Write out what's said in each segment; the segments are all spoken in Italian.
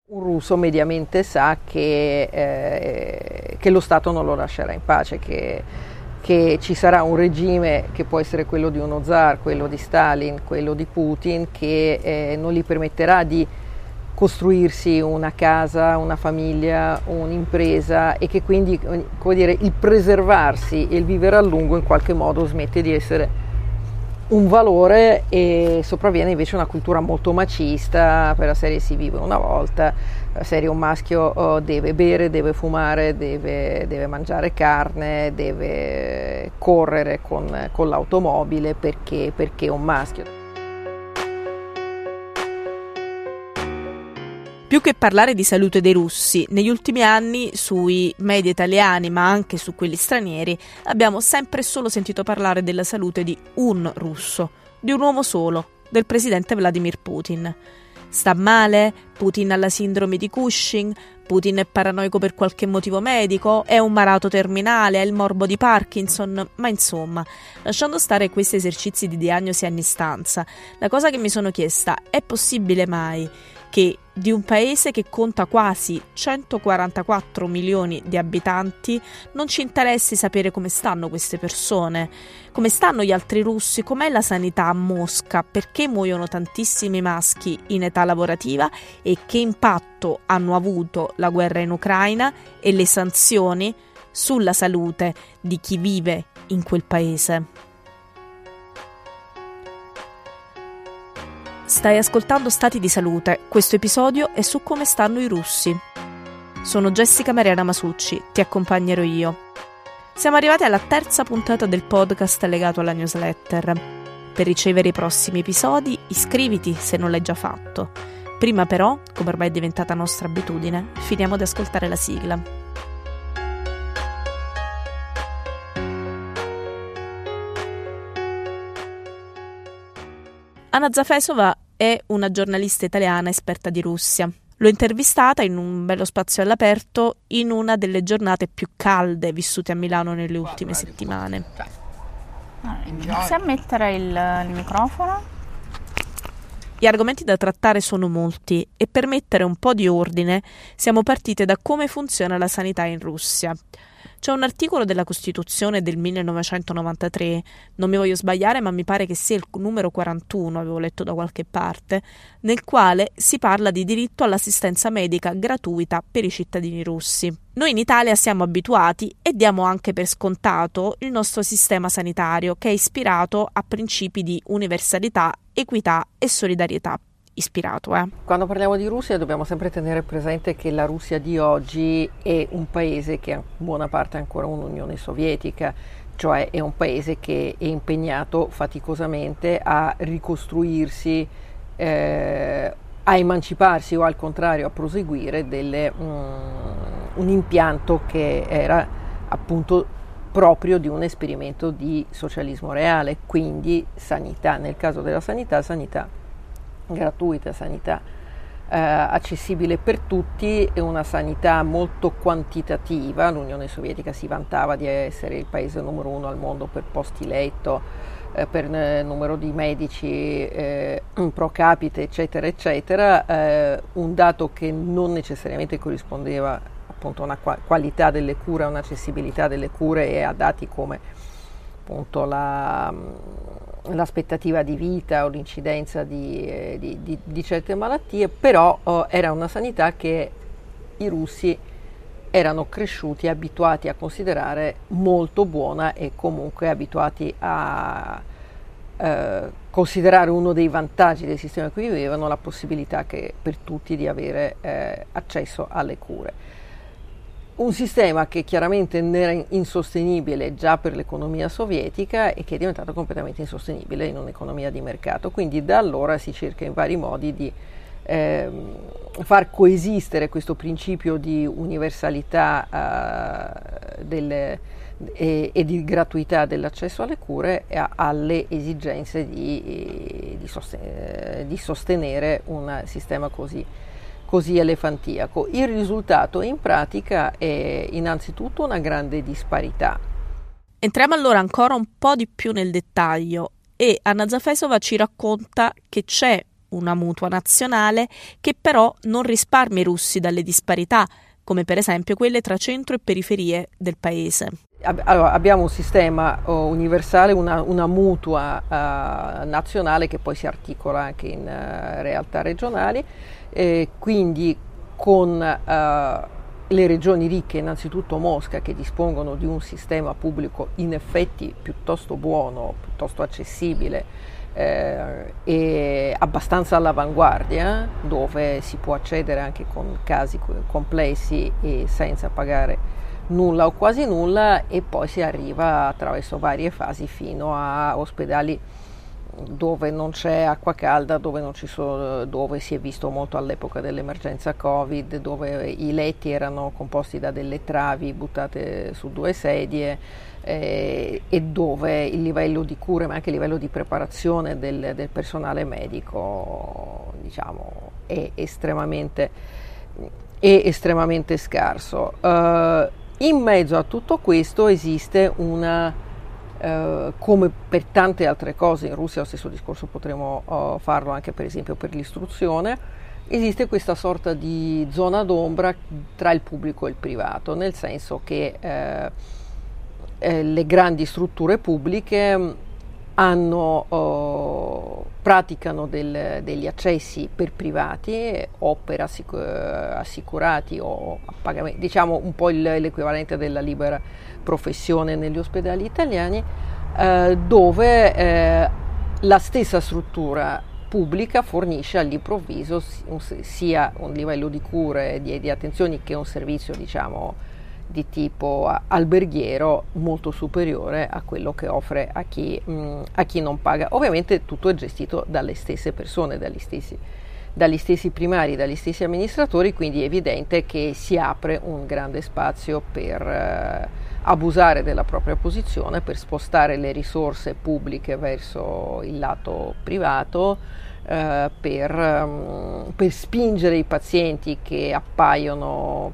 Un russo mediamente sa che lo Stato non lo lascerà in pace, che ci sarà un regime che può essere quello di uno zar, quello di Stalin, quello di Putin, che non gli permetterà di costruirsi una casa, una famiglia, un'impresa, e che quindi, come dire, il preservarsi e il vivere a lungo in qualche modo smette di essere un valore e sopravviene invece una cultura molto macista, per la serie si vive una volta, la serie un maschio deve bere, deve fumare, deve mangiare carne, deve correre con l'automobile perché è un maschio. Più che parlare di salute dei russi, negli ultimi anni sui media italiani, ma anche su quelli stranieri, abbiamo sempre e solo sentito parlare della salute di un russo, di un uomo solo, del presidente Vladimir Putin. Sta male? Putin ha la sindrome di Cushing? Putin è paranoico per qualche motivo medico? È un malato terminale? Ha il morbo di Parkinson? Ma insomma, lasciando stare questi esercizi di diagnosi anni stanza, la cosa che mi sono chiesta: è possibile mai che di un paese che conta quasi 144 milioni di abitanti non ci interessi sapere come stanno queste persone, come stanno gli altri russi, com'è la sanità a Mosca, perché muoiono tantissimi maschi in età lavorativa e che impatto hanno avuto la guerra in Ucraina e le sanzioni sulla salute di chi vive in quel paese. Stai ascoltando Stati di Salute, questo episodio è su come stanno i russi. Sono Jessica Mariana Masucci, ti accompagnerò io. Siamo arrivati alla terza puntata del podcast legato alla newsletter. Per ricevere i prossimi episodi iscriviti se non l'hai già fatto. Prima però, come ormai è diventata nostra abitudine, finiamo di ascoltare la sigla. Anna Zafesova è una giornalista italiana esperta di Russia. L'ho intervistata in un bello spazio all'aperto in una delle giornate più calde vissute a Milano nelle ultime settimane. Inizia a mettere il microfono. Gli argomenti da trattare sono molti e per mettere un po' di ordine siamo partite da come funziona la sanità in Russia. C'è un articolo della Costituzione del 1993, non mi voglio sbagliare ma mi pare che sia il numero 41, avevo letto da qualche parte, nel quale si parla di diritto all'assistenza medica gratuita per i cittadini russi. Noi in Italia siamo abituati e diamo anche per scontato il nostro sistema sanitario, che è ispirato a principi di universalità, equità e solidarietà. Quando parliamo di Russia dobbiamo sempre tenere presente che la Russia di oggi è un paese che in buona parte è ancora un'Unione Sovietica, cioè è un paese che è impegnato faticosamente a ricostruirsi, a emanciparsi o al contrario a proseguire un impianto che era appunto proprio di un esperimento di socialismo reale, quindi sanità, nel caso della sanità gratuita, sanità accessibile per tutti e una sanità molto quantitativa. L'Unione Sovietica si vantava di essere il paese numero 1 al mondo per posti letto, per numero di medici pro capite, eccetera, eccetera, un dato che non necessariamente corrispondeva appunto a una qualità delle cure, a un'accessibilità delle cure e a dati come appunto l'aspettativa di vita o l'incidenza di certe malattie, però era una sanità che i russi erano cresciuti, abituati a considerare molto buona e comunque abituati a considerare uno dei vantaggi del sistema in cui vivevano la possibilità che per tutti di avere accesso alle cure. Un sistema che chiaramente era insostenibile già per l'economia sovietica e che è diventato completamente insostenibile in un'economia di mercato. Quindi da allora si cerca in vari modi di far coesistere questo principio di universalità e di gratuità dell'accesso alle cure alle esigenze di sostenere un sistema così elefantiaco. Il risultato in pratica è innanzitutto una grande disparità. Entriamo allora ancora un po' di più nel dettaglio e Anna Zafesova ci racconta che c'è una mutua nazionale che però non risparmia i russi dalle disparità, come per esempio quelle tra centro e periferie del paese. Allora, abbiamo un sistema universale, una mutua nazionale che poi si articola anche in realtà regionali, quindi con le regioni ricche, innanzitutto Mosca, che dispongono di un sistema pubblico in effetti piuttosto buono, piuttosto accessibile, e abbastanza all'avanguardia, dove si può accedere anche con casi complessi e senza pagare nulla o quasi nulla, e poi si arriva attraverso varie fasi fino a ospedali dove non c'è acqua calda, dove si è visto molto all'epoca dell'emergenza Covid, dove i letti erano composti da delle travi buttate su 2 sedie, e dove il livello di cure ma anche il livello di preparazione del personale medico, diciamo, è estremamente scarso. In mezzo a tutto questo esiste come per tante altre cose in Russia, lo stesso discorso potremmo farlo anche per esempio per l'istruzione, esiste questa sorta di zona d'ombra tra il pubblico e il privato, nel senso che le grandi strutture pubbliche praticano degli accessi per privati o per assicurati o a pagamento, diciamo un po' l'equivalente della libera professione negli ospedali italiani, dove la stessa struttura pubblica fornisce all'improvviso sia un livello di cure e di attenzioni che un servizio, diciamo, di tipo alberghiero molto superiore a quello che offre a chi non paga. Ovviamente tutto è gestito dalle stesse persone, dagli stessi primari, dagli stessi amministratori, quindi è evidente che si apre un grande spazio per abusare della propria posizione, per spostare le risorse pubbliche verso il lato privato, per spingere i pazienti che appaiono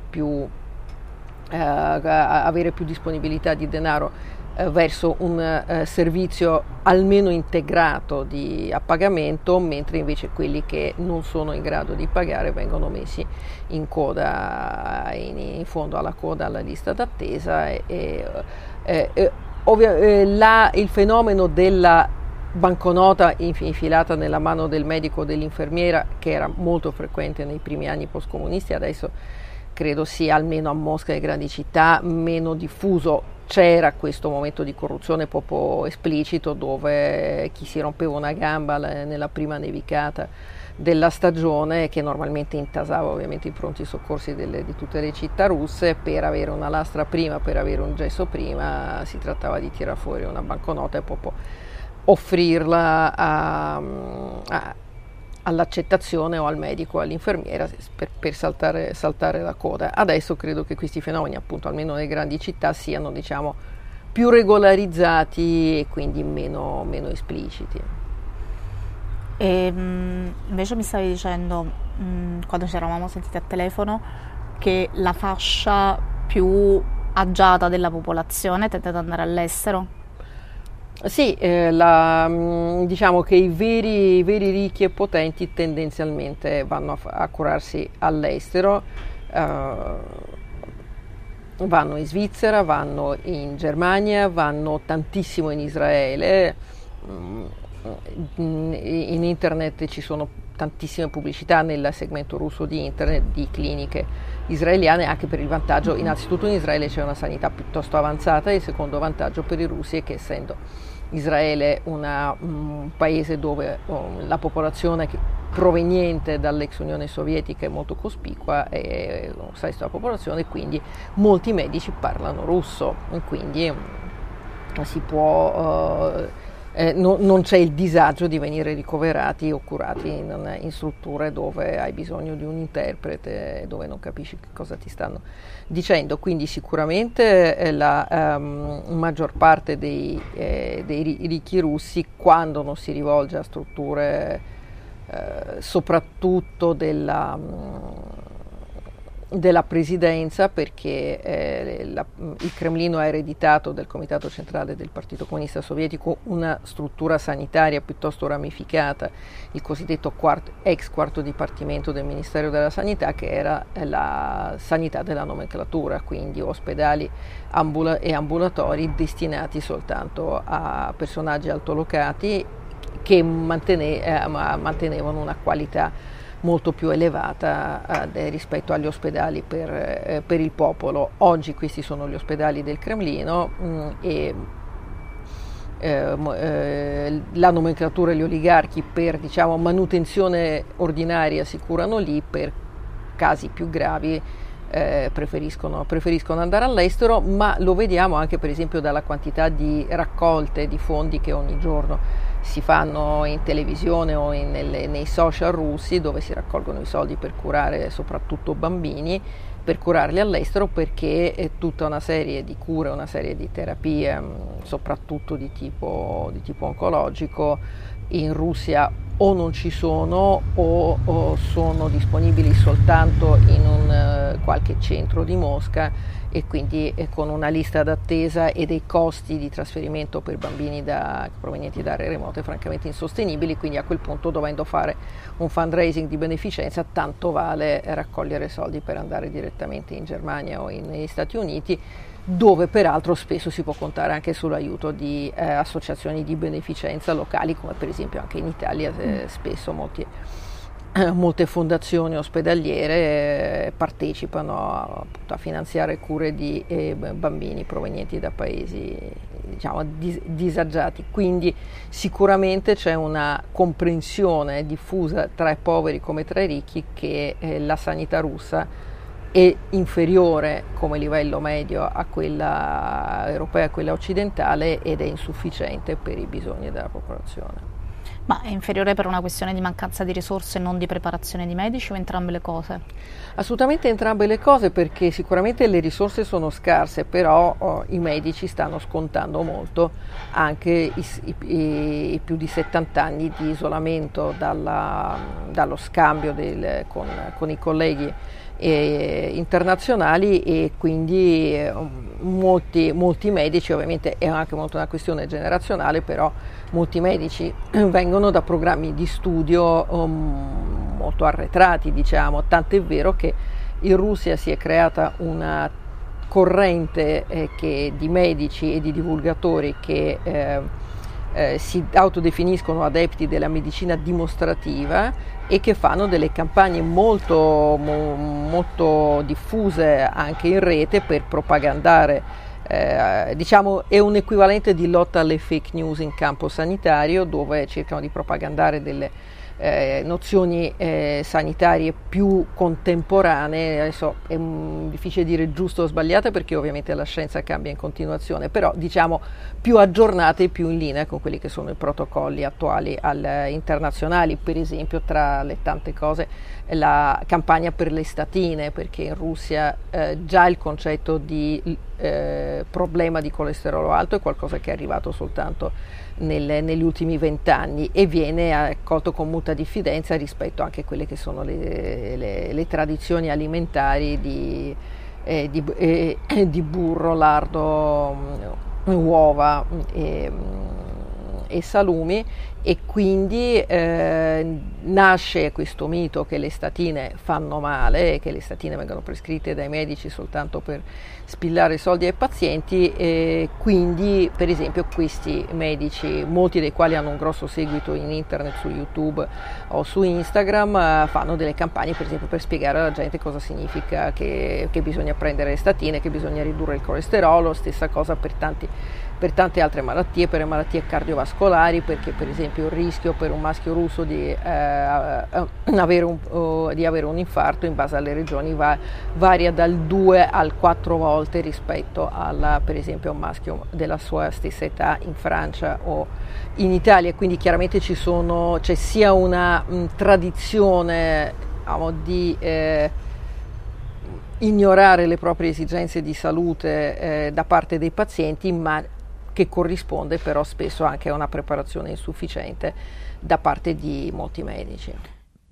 avere più disponibilità di denaro verso un servizio almeno integrato a pagamento, mentre invece quelli che non sono in grado di pagare vengono messi in coda, in fondo alla coda, alla lista d'attesa, il fenomeno della banconota infilata nella mano del medico o dell'infermiera, che era molto frequente nei primi anni postcomunisti, adesso credo sia, almeno a Mosca e grandi città, meno diffuso. C'era questo momento di corruzione proprio esplicito, dove chi si rompeva una gamba nella prima nevicata della stagione, che normalmente intasava ovviamente i pronti soccorsi di tutte le città russe, per avere una lastra prima, per avere un gesso prima, si trattava di tirar fuori una banconota e proprio offrirla all'accettazione o al medico o all'infermiera per saltare la coda. Adesso credo che questi fenomeni, appunto, almeno nelle grandi città, siano, diciamo, più regolarizzati e quindi meno espliciti. E invece mi stavi dicendo, quando ci eravamo sentiti a telefono, che la fascia più agiata della popolazione tende ad andare all'estero. Sì, diciamo che i veri ricchi e potenti tendenzialmente vanno a curarsi all'estero, vanno in Svizzera, vanno in Germania, vanno tantissimo in Israele. In internet ci sono tantissime pubblicità nel segmento russo di internet di cliniche israeliane, anche per il vantaggio, innanzitutto in Israele c'è una sanità piuttosto avanzata, e il secondo vantaggio per i russi è che, essendo Israele un paese dove la popolazione proveniente dall'ex Unione Sovietica è molto cospicua, è un sesto della popolazione, quindi molti medici parlano russo, quindi si può non c'è il disagio di venire ricoverati o curati in strutture dove hai bisogno di un interprete, dove non capisci che cosa ti stanno dicendo. Quindi sicuramente la maggior parte dei ricchi russi, quando non si rivolge a strutture soprattutto della presidenza, perché il Cremlino ha ereditato dal Comitato Centrale del Partito Comunista Sovietico una struttura sanitaria piuttosto ramificata, il cosiddetto ex quarto dipartimento del Ministero della Sanità, che era la sanità della nomenclatura, quindi ospedali e ambulatori destinati soltanto a personaggi altolocati che mantenevano una qualità molto più elevata rispetto agli ospedali per il popolo. Oggi questi sono gli ospedali del Cremlino e la nomenclatura e gli oligarchi per manutenzione ordinaria si curano lì, per casi più gravi preferiscono andare all'estero, ma lo vediamo anche per esempio dalla quantità di raccolte di fondi che ogni giorno si fanno in televisione o nei social russi, dove si raccolgono i soldi per curare soprattutto bambini, per curarli all'estero, perché è tutta una serie di cure, una serie di terapie, soprattutto di tipo oncologico, in Russia o non ci sono o sono disponibili soltanto in qualche centro di Mosca, e quindi con una lista d'attesa e dei costi di trasferimento per bambini provenienti da aree remote francamente insostenibili. Quindi a quel punto, dovendo fare un fundraising di beneficenza, tanto vale raccogliere soldi per andare direttamente in Germania o negli Stati Uniti, dove peraltro spesso si può contare anche sull'aiuto di associazioni di beneficenza locali, come per esempio anche in Italia spesso molte fondazioni ospedaliere partecipano a finanziare cure di bambini provenienti da paesi disagiati. Quindi sicuramente c'è una comprensione diffusa tra i poveri come tra i ricchi che la sanità russa è inferiore come livello medio a quella europea, a quella occidentale, ed è insufficiente per i bisogni della popolazione. Ma è inferiore per una questione di mancanza di risorse e non di preparazione di medici, o entrambe le cose? Assolutamente entrambe le cose, perché sicuramente le risorse sono scarse, però i medici stanno scontando molto anche i più di 70 anni di isolamento dallo scambio con i colleghi internazionali, e quindi molti medici, ovviamente è anche molto una questione generazionale, però molti medici vengono da programmi di studio molto arretrati, tant'è vero che in Russia si è creata una corrente di medici e di divulgatori che si autodefiniscono adepti della medicina dimostrativa e che fanno delle campagne molto diffuse anche in rete per propagandare. È un equivalente di lotta alle fake news in campo sanitario, dove cercano di propagandare delle nozioni sanitarie più contemporanee. Adesso è difficile dire giusto o sbagliate, perché ovviamente la scienza cambia in continuazione, però più aggiornate e più in linea con quelli che sono i protocolli attuali internazionali. Per esempio, tra le tante cose, la campagna per le statine, perché in Russia già il concetto di problema di colesterolo alto è qualcosa che è arrivato soltanto negli ultimi 20 anni e viene accolto con molta diffidenza rispetto anche a quelle che sono le tradizioni alimentari di burro, lardo, uova e salumi. E quindi nasce questo mito che le statine fanno male, che le statine vengono prescritte dai medici soltanto per spillare soldi ai pazienti, e quindi per esempio questi medici, molti dei quali hanno un grosso seguito in internet, su YouTube o su Instagram, fanno delle campagne per esempio per spiegare alla gente cosa significa che bisogna prendere le statine, che bisogna ridurre il colesterolo. Stessa cosa per tante altre malattie, per le malattie cardiovascolari, perché per esempio il rischio per un maschio russo di avere un infarto in base alle regioni varia dal 2 al 4 volte rispetto per esempio a un maschio della sua stessa età in Francia o in Italia. Quindi chiaramente c'è sia una tradizione di ignorare le proprie esigenze di salute da parte dei pazienti, ma che corrisponde però spesso anche a una preparazione insufficiente da parte di molti medici.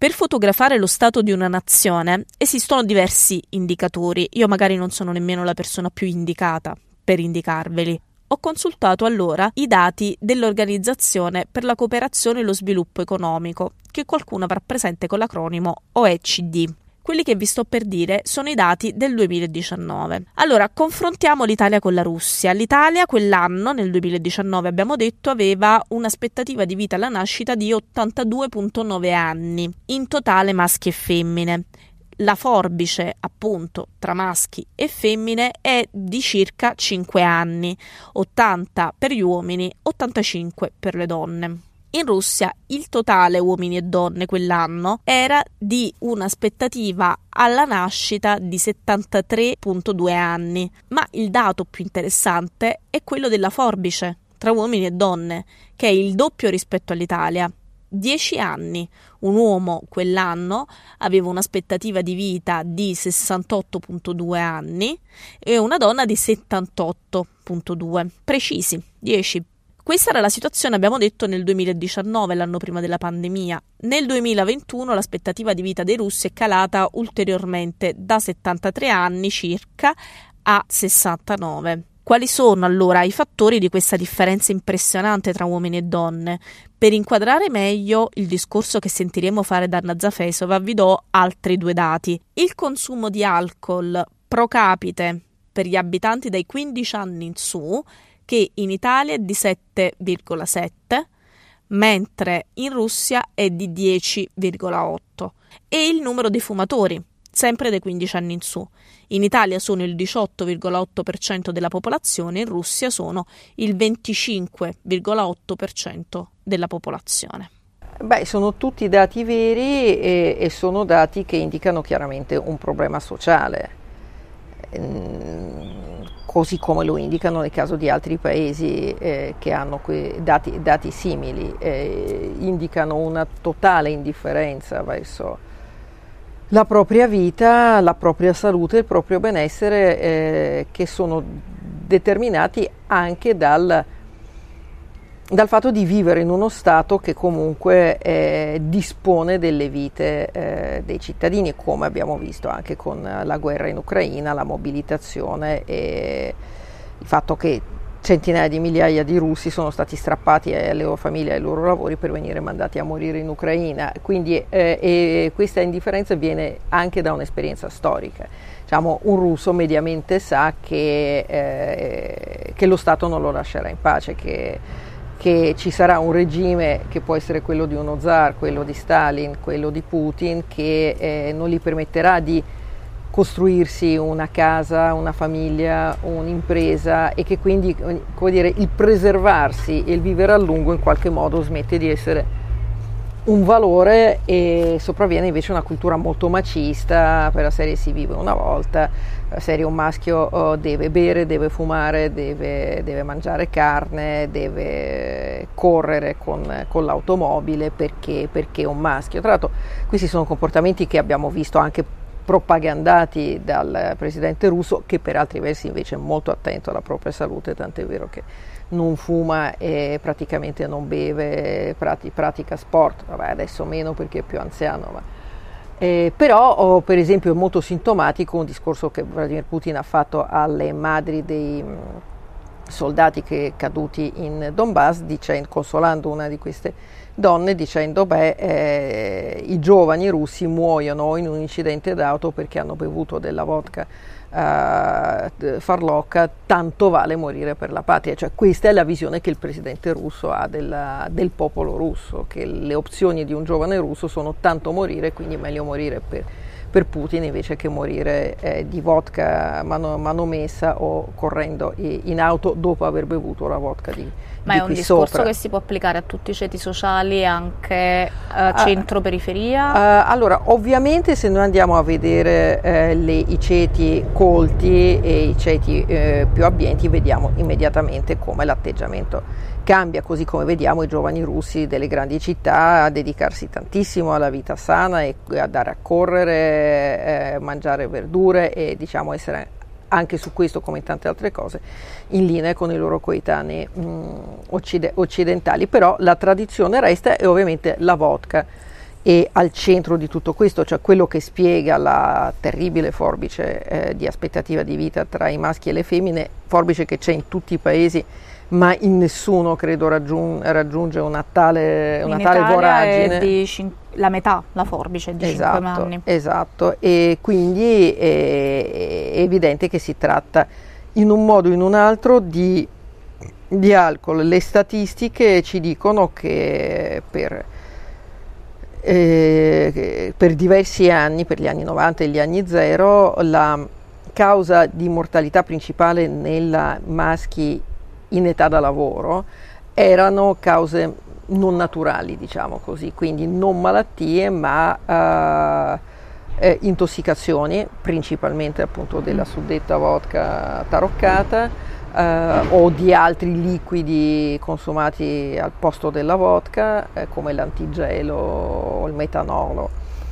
Per fotografare lo stato di una nazione esistono diversi indicatori. Io magari non sono nemmeno la persona più indicata per indicarveli. Ho consultato allora i dati dell'Organizzazione per la cooperazione e lo sviluppo economico, che qualcuno avrà presente con l'acronimo OECD. Quelli che vi sto per dire sono i dati del 2019. Allora, confrontiamo l'Italia con la Russia. L'Italia quell'anno, nel 2019, abbiamo detto, aveva un'aspettativa di vita alla nascita di 82,9 anni, in totale maschi e femmine. La forbice, appunto, tra maschi e femmine è di circa 5 anni, 80 per gli uomini, 85 per le donne. In Russia il totale uomini e donne quell'anno era di un'aspettativa alla nascita di 73,2 anni, ma il dato più interessante è quello della forbice tra uomini e donne, che è il doppio rispetto all'Italia. 10 anni. Un uomo quell'anno aveva un'aspettativa di vita di 68,2 anni e una donna di 78,2. Precisi, 10. Questa era la situazione, abbiamo detto, nel 2019, l'anno prima della pandemia. Nel 2021 l'aspettativa di vita dei russi è calata ulteriormente da 73 anni circa a 69. Quali sono allora i fattori di questa differenza impressionante tra uomini e donne? Per inquadrare meglio il discorso che sentiremo fare da Anna Zafesova vi do altri 2 dati. Il consumo di alcol pro capite per gli abitanti dai 15 anni in su, che in Italia è di 7,7, mentre in Russia è di 10,8. E il numero dei fumatori, sempre dai 15 anni in su. In Italia sono il 18,8% della popolazione, in Russia sono il 25,8% della popolazione. Beh, sono tutti dati veri e sono dati che indicano chiaramente un problema sociale. Così come lo indicano nel caso di altri paesi che hanno dati simili, indicano una totale indifferenza verso la propria vita, la propria salute, il proprio benessere, che sono determinati anche dal fatto di vivere in uno Stato che comunque dispone delle vite dei cittadini, come abbiamo visto anche con la guerra in Ucraina, la mobilitazione e il fatto che centinaia di migliaia di russi sono stati strappati alle loro famiglie e ai loro lavori per venire mandati a morire in Ucraina. Quindi questa indifferenza viene anche da un'esperienza storica. Diciamo, un russo mediamente sa che lo Stato non lo lascerà in pace, che ci sarà un regime che può essere quello di uno zar, quello di Stalin, quello di Putin, che non gli permetterà di costruirsi una casa, una famiglia, un'impresa, e che quindi, come dire, il preservarsi e il vivere a lungo in qualche modo smette di essere un valore e sopravviene invece una cultura molto macista, per la serie si vive una volta, per la serie un maschio deve bere, deve fumare, deve mangiare carne, deve correre con l'automobile perché è un maschio. Tra l'altro questi sono comportamenti che abbiamo visto anche propagandati dal presidente russo, che per altri versi invece è molto attento alla propria salute, tant'è vero che non fuma e praticamente non beve, pratica sport, vabbè adesso meno perché è più anziano, ma però per esempio è molto sintomatico un discorso che Vladimir Putin ha fatto alle madri dei soldati caduti in Donbass, consolando una di queste donne, dicendo i giovani russi muoiono in un incidente d'auto perché hanno bevuto della vodka farlocca, tanto vale morire per la patria. Cioè, questa è la visione che il presidente russo ha del popolo russo, che le opzioni di un giovane russo sono tanto morire, quindi meglio morire per Putin invece che morire di vodka manomessa o correndo in auto dopo aver bevuto la vodka di Ma è un discorso sopra. che si può applicare a tutti i ceti sociali, anche centro-periferia? Allora, ovviamente se noi andiamo a vedere i ceti colti e i ceti più abbienti, vediamo immediatamente come l'atteggiamento cambia, così come vediamo i giovani russi delle grandi città a dedicarsi tantissimo alla vita sana e andare a correre, mangiare verdure e diciamo essere anche su questo, come in tante altre cose, in linea con i loro coetanei occidentali. Però la tradizione resta, e ovviamente la vodka, e al centro di tutto questo, cioè quello che spiega la terribile forbice di aspettativa di vita tra i maschi e le femmine, forbice che c'è in tutti i paesi, ma in nessuno credo raggiunge una tale voragine. È la metà, la forbice è di 5 anni. Esatto, e quindi è evidente che si tratta in un modo o in un altro di alcol. Le statistiche ci dicono che per diversi anni, per gli anni 90 e gli anni 0, la causa di mortalità principale nei maschi in età da lavoro erano cause non naturali, diciamo così, quindi non malattie ma intossicazioni, principalmente appunto della suddetta vodka taroccata o di altri liquidi consumati al posto della vodka come l'antigelo o il metanolo.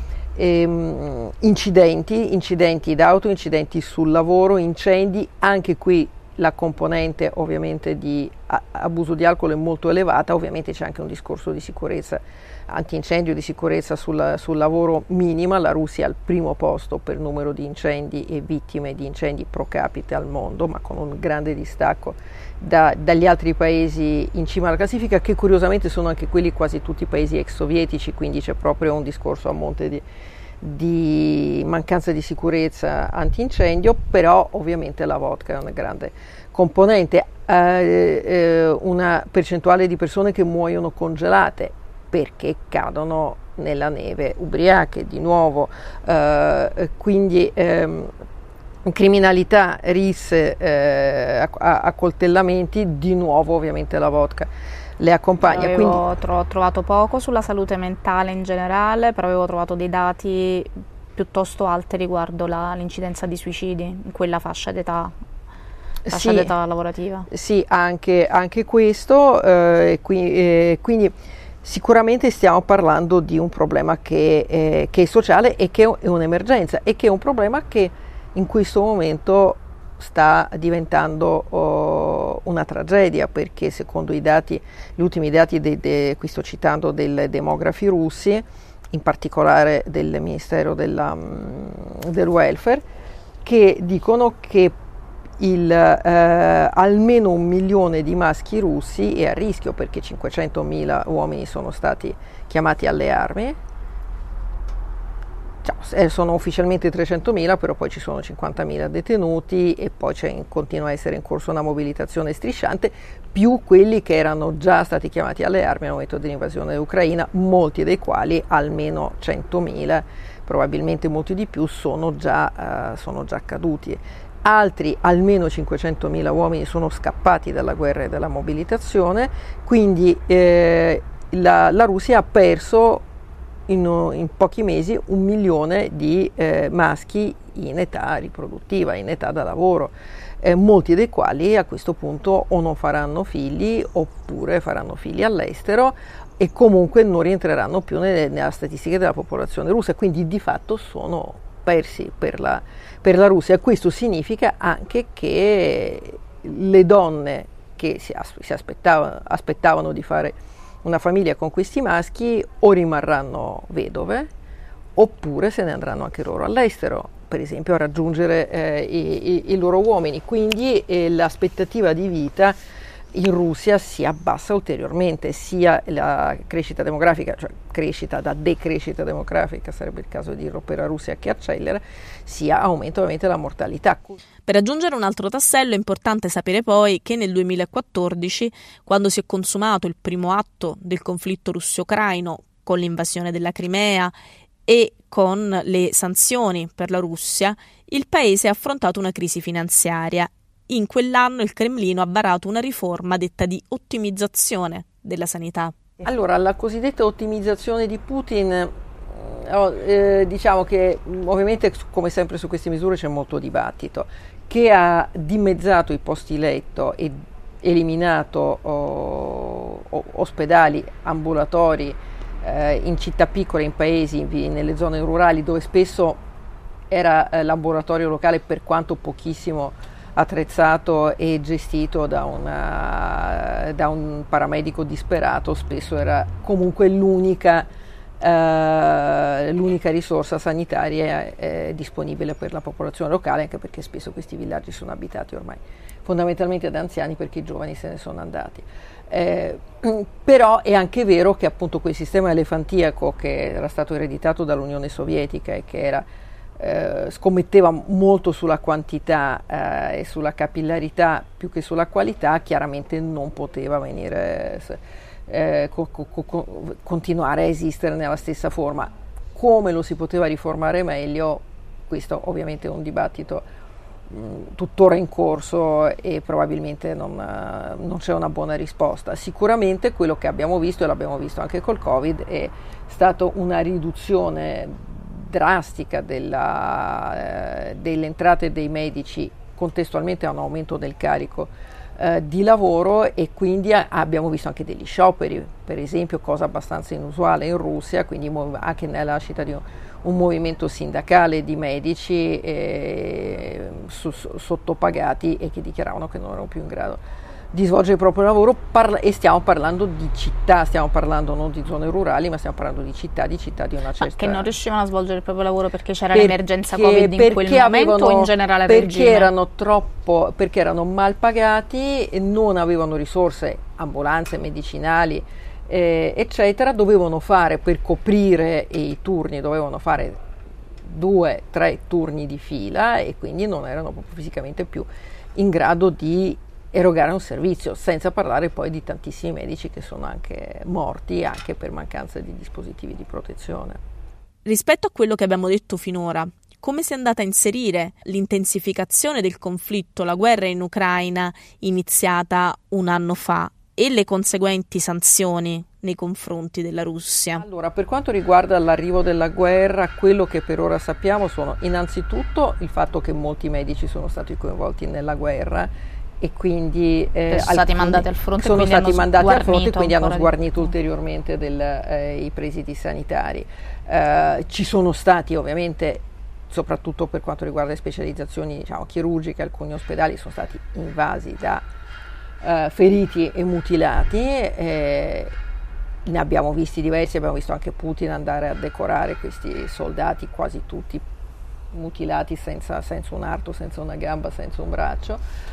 Incidenti d'auto, incidenti sul lavoro, incendi, anche qui la componente ovviamente di abuso di alcol è molto elevata, ovviamente c'è anche un discorso di sicurezza antincendio, di sicurezza sul lavoro minima. La Russia è al primo posto per numero di incendi e vittime di incendi pro capite al mondo, ma con un grande distacco dagli altri paesi in cima alla classifica, che curiosamente sono anche quelli quasi tutti paesi ex sovietici, quindi c'è proprio un discorso a monte di mancanza di sicurezza antincendio, però ovviamente la vodka è una grande componente, una percentuale di persone che muoiono congelate perché cadono nella neve ubriache, di nuovo, quindi criminalità, risse, accoltellamenti, di nuovo ovviamente la vodka le accompagna. Avevo trovato poco sulla salute mentale in generale, però avevo trovato dei dati piuttosto alti riguardo l'incidenza di suicidi in quella fascia d'età lavorativa. Sì, anche questo, quindi sicuramente stiamo parlando di un problema che è sociale e che è un'emergenza e che è un problema che in questo momento sta diventando una tragedia, perché secondo gli ultimi dati qui sto citando dei demografi russi, in particolare del Ministero del Welfare, che dicono che almeno 1 milione di maschi russi è a rischio, perché 500.000 uomini sono stati chiamati alle armi. Sono ufficialmente 300.000, però poi ci sono 50.000 detenuti e poi continua a essere in corso una mobilitazione strisciante, più quelli che erano già stati chiamati alle armi al momento dell'invasione dell'Ucraina, molti dei quali, almeno 100.000, probabilmente molti di più, sono già caduti. Altri, almeno 500.000 uomini, sono scappati dalla guerra e dalla mobilitazione, quindi la Russia ha perso in pochi mesi 1 milione di maschi in età riproduttiva, in età da lavoro, molti dei quali a questo punto o non faranno figli oppure faranno figli all'estero e comunque non rientreranno più nella statistica della popolazione russa, quindi di fatto sono persi per la Russia. Questo significa anche che le donne che si aspettavano di fare una famiglia con questi maschi o rimarranno vedove oppure se ne andranno anche loro all'estero, per esempio a raggiungere i loro uomini, quindi l'aspettativa di vita in Russia si abbassa ulteriormente, sia la crescita demografica, cioè crescita da decrescita demografica, sarebbe il caso di dirlo per la Russia, che accelera, sia aumenta ovviamente la mortalità. Per aggiungere un altro tassello è importante sapere poi che nel 2014, quando si è consumato il primo atto del conflitto russo-ucraino con l'invasione della Crimea e con le sanzioni per la Russia, il paese ha affrontato una crisi finanziaria. In quell'anno il Cremlino ha varato una riforma detta di ottimizzazione della sanità. Allora, la cosiddetta ottimizzazione di Putin, diciamo che ovviamente come sempre su queste misure c'è molto dibattito, che ha dimezzato i posti letto e eliminato ospedali, ambulatori in città piccole, in paesi, nelle zone rurali dove spesso era l'ambulatorio locale, per quanto pochissimo attrezzato e gestito da un paramedico disperato, spesso era comunque l'unica l'unica risorsa sanitaria è disponibile per la popolazione locale, anche perché spesso questi villaggi sono abitati ormai fondamentalmente da anziani, perché i giovani se ne sono andati. Però è anche vero che appunto quel sistema elefantiaco che era stato ereditato dall'Unione Sovietica e che era scommetteva molto sulla quantità e sulla capillarità più che sulla qualità, chiaramente non poteva venire continuare a esistere nella stessa forma. Come lo si poteva riformare meglio, questo ovviamente è un dibattito tuttora in corso e probabilmente non c'è una buona risposta. Sicuramente quello che abbiamo visto, e l'abbiamo visto anche col Covid, è stato una riduzione drastica delle entrate dei medici contestualmente a un aumento del carico di lavoro, e quindi abbiamo visto anche degli scioperi, per esempio, cosa abbastanza inusuale in Russia, quindi anche nella nascita di un movimento sindacale di medici sottopagati e che dichiaravano che non erano più in grado di svolgere il proprio lavoro, e stiamo parlando di città, stiamo parlando non di zone rurali, ma stiamo parlando di città di una certa... Che non riuscivano a svolgere il proprio lavoro perché c'era l'emergenza Covid in quel momento, o in generale perché erano mal pagati, non avevano risorse, ambulanze, medicinali, eccetera, dovevano fare, per coprire i turni, dovevano fare 2-3 turni di fila, e quindi non erano proprio fisicamente più in grado di erogare un servizio, senza parlare poi di tantissimi medici che sono anche morti anche per mancanza di dispositivi di protezione. Rispetto a quello che abbiamo detto finora, come si è andata a inserire l'intensificazione del conflitto, la guerra in Ucraina iniziata un anno fa, e le conseguenti sanzioni nei confronti della Russia? Allora, per quanto riguarda l'arrivo della guerra, quello che per ora sappiamo sono innanzitutto il fatto che molti medici sono stati coinvolti nella guerra, e quindi sono stati mandati al fronte, quindi hanno sguarnito ulteriormente i presidi sanitari. Ci sono stati ovviamente, soprattutto per quanto riguarda le specializzazioni, diciamo, chirurgiche, alcuni ospedali sono stati invasi da feriti e mutilati. Ne abbiamo visti diversi, abbiamo visto anche Putin andare a decorare questi soldati, quasi tutti mutilati, senza un arto, senza una gamba, senza un braccio.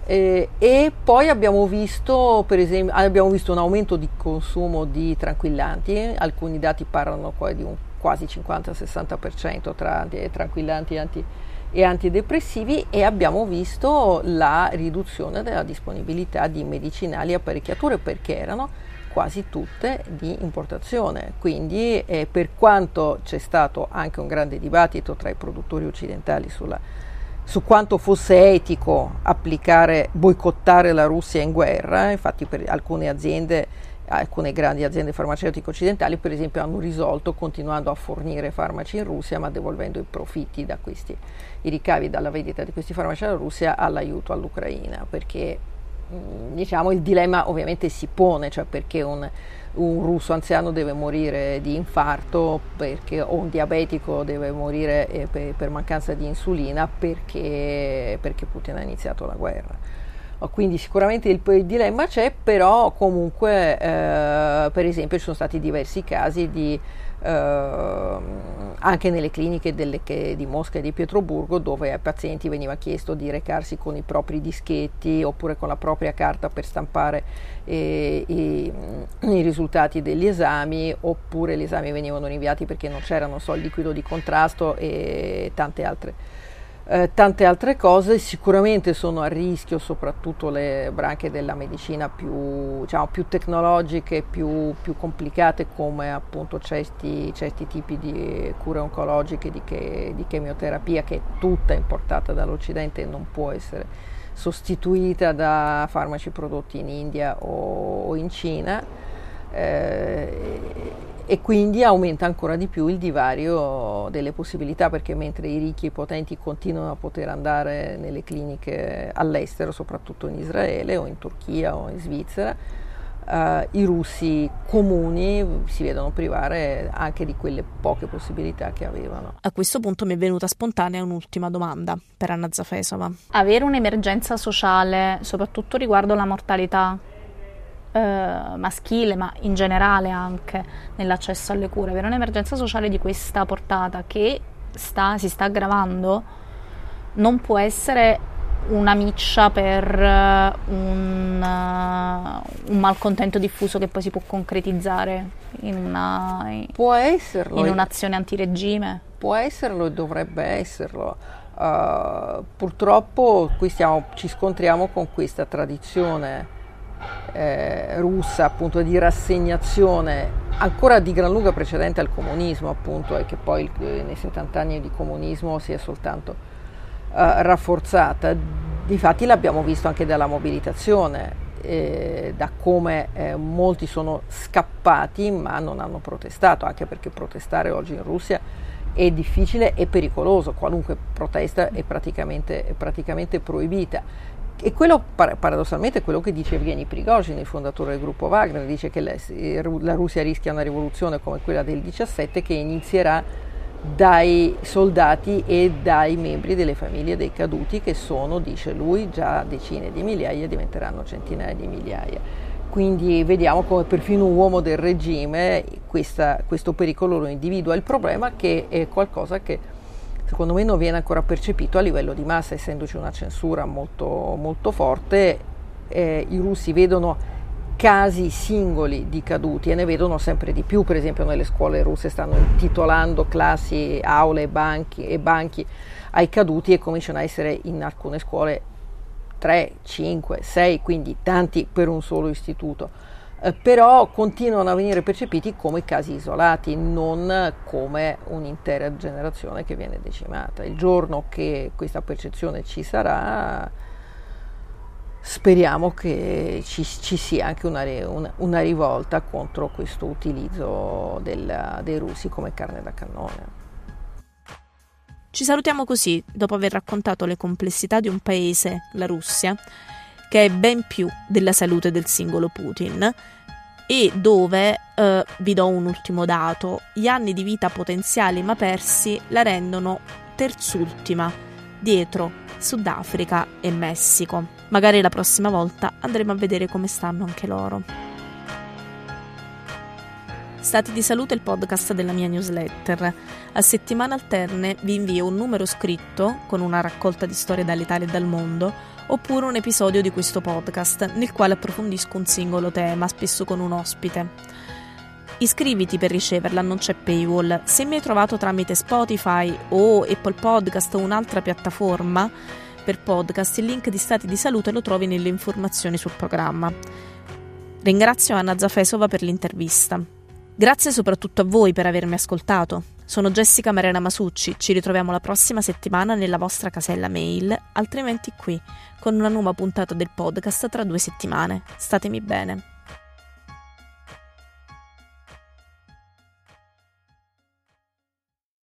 E poi abbiamo visto, per esempio, un aumento di consumo di tranquillanti. Alcuni dati parlano poi di un quasi 50-60% tra tranquillanti e antidepressivi, e abbiamo visto la riduzione della disponibilità di medicinali e apparecchiature, perché erano quasi tutte di importazione. Quindi per quanto c'è stato anche un grande dibattito tra i produttori occidentali su quanto fosse etico boicottare la Russia in guerra, infatti per alcune grandi aziende farmaceutiche occidentali, per esempio, hanno risolto continuando a fornire farmaci in Russia, ma devolvendo i profitti i ricavi dalla vendita di questi farmaci alla Russia all'aiuto all'Ucraina, perché diciamo il dilemma ovviamente si pone, cioè perché un russo anziano deve morire di infarto, o un diabetico deve morire per mancanza di insulina perché Putin ha iniziato la guerra. Quindi sicuramente il dilemma c'è, però comunque per esempio ci sono stati diversi casi anche nelle cliniche di Mosca e di Pietroburgo, dove ai pazienti veniva chiesto di recarsi con i propri dischetti oppure con la propria carta per stampare i risultati degli esami, oppure gli esami venivano rinviati perché non c'erano il liquido di contrasto e tante altre cose. Sicuramente sono a rischio soprattutto le branche della medicina più tecnologiche, più complicate, come appunto certi tipi di cure oncologiche, di chemioterapia, che è tutta importata dall'Occidente e non può essere sostituita da farmaci prodotti in India o in Cina. E quindi aumenta ancora di più il divario delle possibilità, perché mentre i ricchi e i potenti continuano a poter andare nelle cliniche all'estero, soprattutto in Israele o in Turchia o in Svizzera, i russi comuni si vedono privare anche di quelle poche possibilità che avevano. A questo punto mi è venuta spontanea un'ultima domanda per Anna Zafesova. Avere un'emergenza sociale, soprattutto riguardo la mortalità, maschile, ma in generale anche nell'accesso alle cure, avere un'emergenza sociale di questa portata che si sta aggravando non può essere una miccia per un malcontento diffuso che poi si può concretizzare in un'azione antiregime. Può esserlo e dovrebbe esserlo. Purtroppo qui ci scontriamo con questa tradizione russa, appunto, di rassegnazione ancora di gran lunga precedente al comunismo, appunto, e che poi nei 70 anni di comunismo si è soltanto rafforzata. Difatti l'abbiamo visto anche dalla mobilitazione, da come molti sono scappati ma non hanno protestato, anche perché protestare oggi in Russia è difficile e pericoloso, qualunque protesta è praticamente proibita. E quello paradossalmente è quello che dice Evgeny Prigozhin, il fondatore del gruppo Wagner, dice che la Russia rischia una rivoluzione come quella del 17 che inizierà dai soldati e dai membri delle famiglie dei caduti, che sono, dice lui, già decine di migliaia e diventeranno centinaia di migliaia. Quindi vediamo come perfino un uomo del regime questo pericolo lo individua. Il problema è che è qualcosa che secondo me non viene ancora percepito a livello di massa, essendoci una censura molto, molto forte. I russi vedono casi singoli di caduti e ne vedono sempre di più. Per esempio nelle scuole russe stanno intitolando classi, aule e banchi ai caduti, e cominciano a essere in alcune scuole 3, 5, 6, quindi tanti per un solo istituto. Però continuano a venire percepiti come casi isolati, non come un'intera generazione che viene decimata. Il giorno che questa percezione ci sarà, speriamo che ci sia anche una rivolta contro questo utilizzo dei russi come carne da cannone. Ci salutiamo così, dopo aver raccontato le complessità di un paese, la Russia, che è ben più della salute del singolo Putin, e dove, vi do un ultimo dato, gli anni di vita potenziali ma persi la rendono terzultima, dietro Sudafrica e Messico. Magari la prossima volta andremo a vedere come stanno anche loro. Stati di Salute è il podcast della mia newsletter. A settimane alterne vi invio un numero scritto con una raccolta di storie dall'Italia e dal mondo, oppure un episodio di questo podcast nel quale approfondisco un singolo tema, spesso con un ospite. Iscriviti per riceverla, non c'è paywall. Se mi hai trovato tramite Spotify o Apple Podcast o un'altra piattaforma per podcast, il link di Stati di Salute lo trovi nelle informazioni sul programma. Ringrazio Anna Zafesova per l'intervista. Grazie soprattutto a voi per avermi ascoltato. Sono Jessica Marena Masucci, ci ritroviamo la prossima settimana nella vostra casella mail, altrimenti qui, con una nuova puntata del podcast tra 2 settimane. Statemi bene.